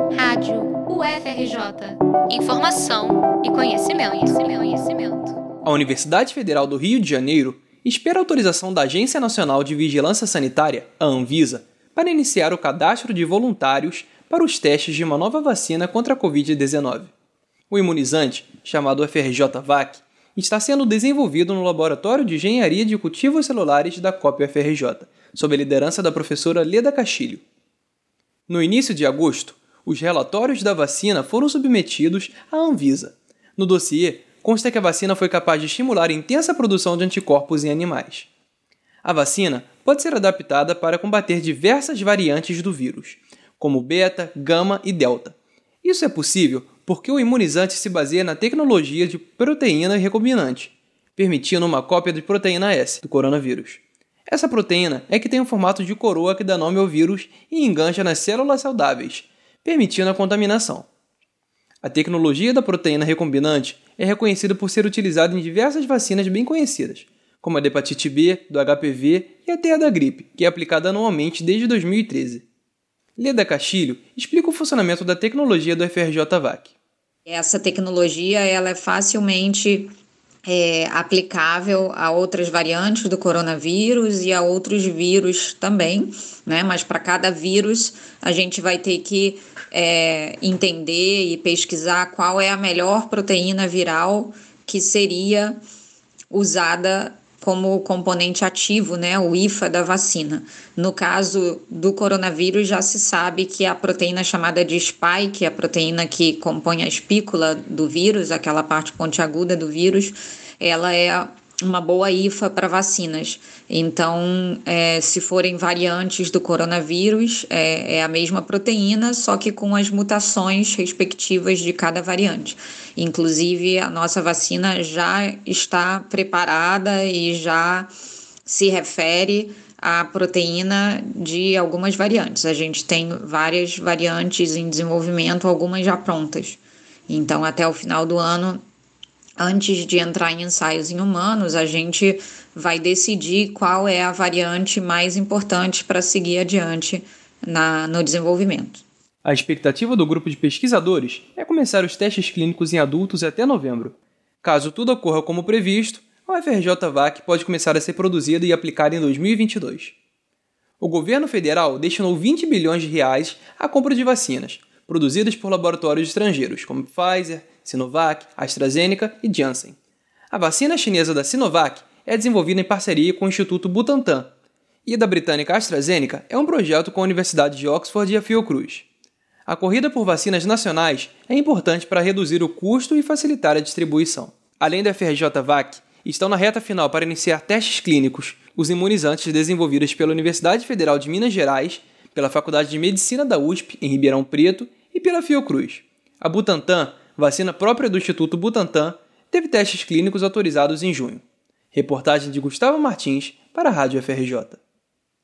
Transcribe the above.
Rádio UFRJ. Informação e conhecimento. A Universidade Federal do Rio de Janeiro espera a autorização da Agência Nacional de Vigilância Sanitária, a Anvisa, para iniciar o cadastro de voluntários para os testes de uma nova vacina contra a Covid-19. O imunizante, chamado FRJ-VAC, está sendo desenvolvido no Laboratório de Engenharia de Cultivos Celulares da COP-UFRJ, sob a liderança da professora Leda Castilho. No início de agosto, os relatórios da vacina foram submetidos à Anvisa. No dossiê, consta que a vacina foi capaz de estimular a intensa produção de anticorpos em animais. A vacina pode ser adaptada para combater diversas variantes do vírus, como beta, gama e delta. Isso é possível porque o imunizante se baseia na tecnologia de proteína recombinante, permitindo uma cópia de proteína S do coronavírus. Essa proteína é que tem o formato de coroa que dá nome ao vírus e engancha nas células saudáveis, permitindo a contaminação. A tecnologia da proteína recombinante é reconhecida por ser utilizada em diversas vacinas bem conhecidas, como a da hepatite B, do HPV e até a da gripe, que é aplicada anualmente desde 2013. Leda Castilho explica o funcionamento da tecnologia do FRJ-VAC. Essa tecnologia ela é facilmente aplicável a outras variantes do coronavírus e a outros vírus também, né? Mas para cada vírus a gente vai ter que entender e pesquisar qual é a melhor proteína viral que seria usada como componente ativo, né, o IFA da vacina. No caso do coronavírus, já se sabe que a proteína chamada de spike, a proteína que compõe a espícula do vírus, aquela parte pontiaguda do vírus, ela é uma boa IFA para vacinas. Então, se forem variantes do coronavírus, é a mesma proteína, só que com as mutações respectivas de cada variante. Inclusive, a nossa vacina já está preparada e já se refere à proteína de algumas variantes. A gente tem várias variantes em desenvolvimento, algumas já prontas. Então, até o final do ano, antes de entrar em ensaios em humanos, a gente vai decidir qual é a variante mais importante para seguir adiante no desenvolvimento. A expectativa do grupo de pesquisadores é começar os testes clínicos em adultos até novembro. Caso tudo ocorra como previsto, a FRJ-VAC pode começar a ser produzida e aplicada em 2022. O governo federal destinou 20 bilhões de reais à compra de vacinas, produzidas por laboratórios estrangeiros, como Pfizer, Sinovac, AstraZeneca e Janssen. A vacina chinesa da Sinovac é desenvolvida em parceria com o Instituto Butantan, e a da britânica AstraZeneca é um projeto com a Universidade de Oxford e a Fiocruz. A corrida por vacinas nacionais é importante para reduzir o custo e facilitar a distribuição. Além da FRJ-VAC, estão na reta final para iniciar testes clínicos os imunizantes desenvolvidos pela Universidade Federal de Minas Gerais, pela Faculdade de Medicina da USP, em Ribeirão Preto, e pela Fiocruz. A Butantan, vacina própria do Instituto Butantan, teve testes clínicos autorizados em junho. Reportagem de Gustavo Martins para a Rádio FRJ.